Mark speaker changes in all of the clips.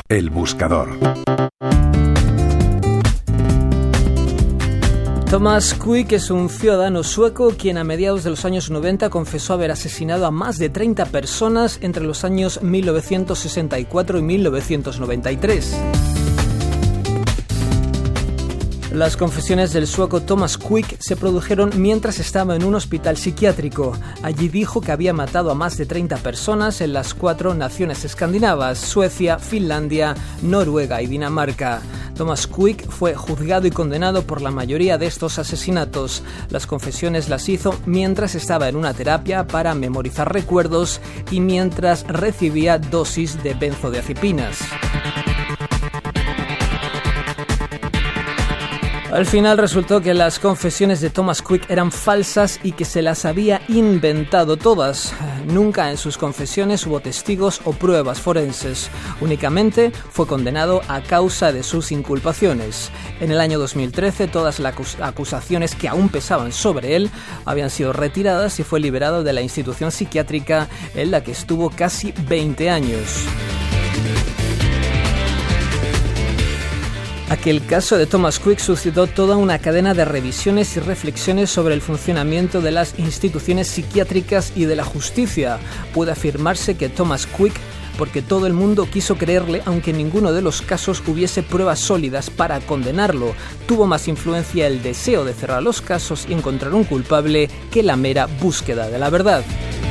Speaker 1: El buscador.
Speaker 2: Thomas Quick es un ciudadano sueco quien a mediados de los años 90 confesó haber asesinado a más de 30 personas entre los años 1964 y 1993. Las confesiones del sueco Thomas Quick se produjeron mientras estaba en un hospital psiquiátrico. Allí dijo que había matado a más de 30 personas en las 4 naciones escandinavas: Suecia, Finlandia, Noruega y Dinamarca. Thomas Quick fue juzgado y condenado por la mayoría de estos asesinatos. Las confesiones las hizo mientras estaba en una terapia para memorizar recuerdos y mientras recibía dosis de benzodiazepinas. Al final resultó que las confesiones de Thomas Quick eran falsas y que se las había inventado todas. Nunca en sus confesiones hubo testigos o pruebas forenses. Únicamente fue condenado a causa de sus inculpaciones. En el año 2013 todas las acusaciones que aún pesaban sobre él habían sido retiradas y fue liberado de la institución psiquiátrica en la que estuvo casi 20 años. Aquel caso de Thomas Quick suscitó toda una cadena de revisiones y reflexiones sobre el funcionamiento de las instituciones psiquiátricas y de la justicia. Puede afirmarse que Thomas Quick, porque todo el mundo quiso creerle aunque en ninguno de los casos hubiese pruebas sólidas para condenarlo, tuvo más influencia el deseo de cerrar los casos y encontrar un culpable que la mera búsqueda de la verdad.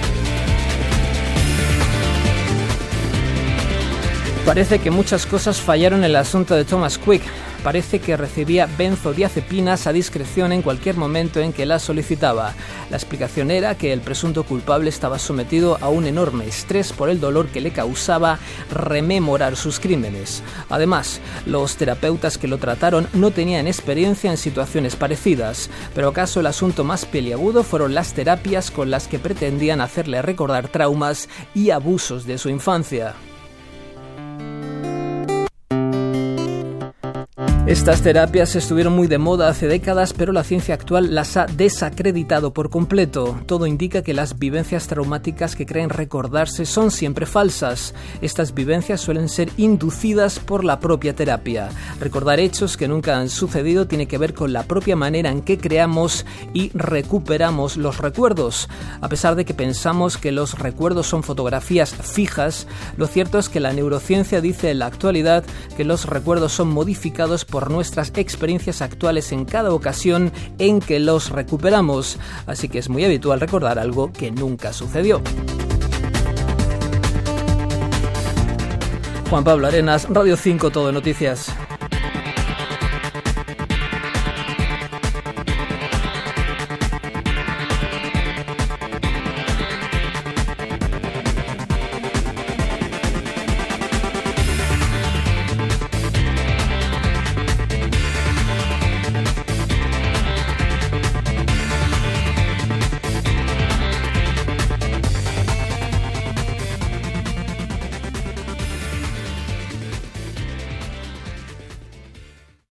Speaker 2: Parece que muchas cosas fallaron en el asunto de Thomas Quick. Parece que recibía benzodiazepinas a discreción en cualquier momento en que las solicitaba. La explicación era que el presunto culpable estaba sometido a un enorme estrés por el dolor que le causaba rememorar sus crímenes. Además, los terapeutas que lo trataron no tenían experiencia en situaciones parecidas. Pero acaso el asunto más peliagudo fueron las terapias con las que pretendían hacerle recordar traumas y abusos de su infancia. Estas terapias estuvieron muy de moda hace décadas, pero la ciencia actual las ha desacreditado por completo. Todo indica que las vivencias traumáticas que creen recordarse son siempre falsas. Estas vivencias suelen ser inducidas por la propia terapia. Recordar hechos que nunca han sucedido tiene que ver con la propia manera en que creamos y recuperamos los recuerdos. A pesar de que pensamos que los recuerdos son fotografías fijas, lo cierto es que la neurociencia dice en la actualidad que los recuerdos son modificados por nuestras experiencias actuales en cada ocasión en que los recuperamos, así que es muy habitual recordar algo que nunca sucedió. Juan Pablo Arenas, Radio 5 Todo Noticias.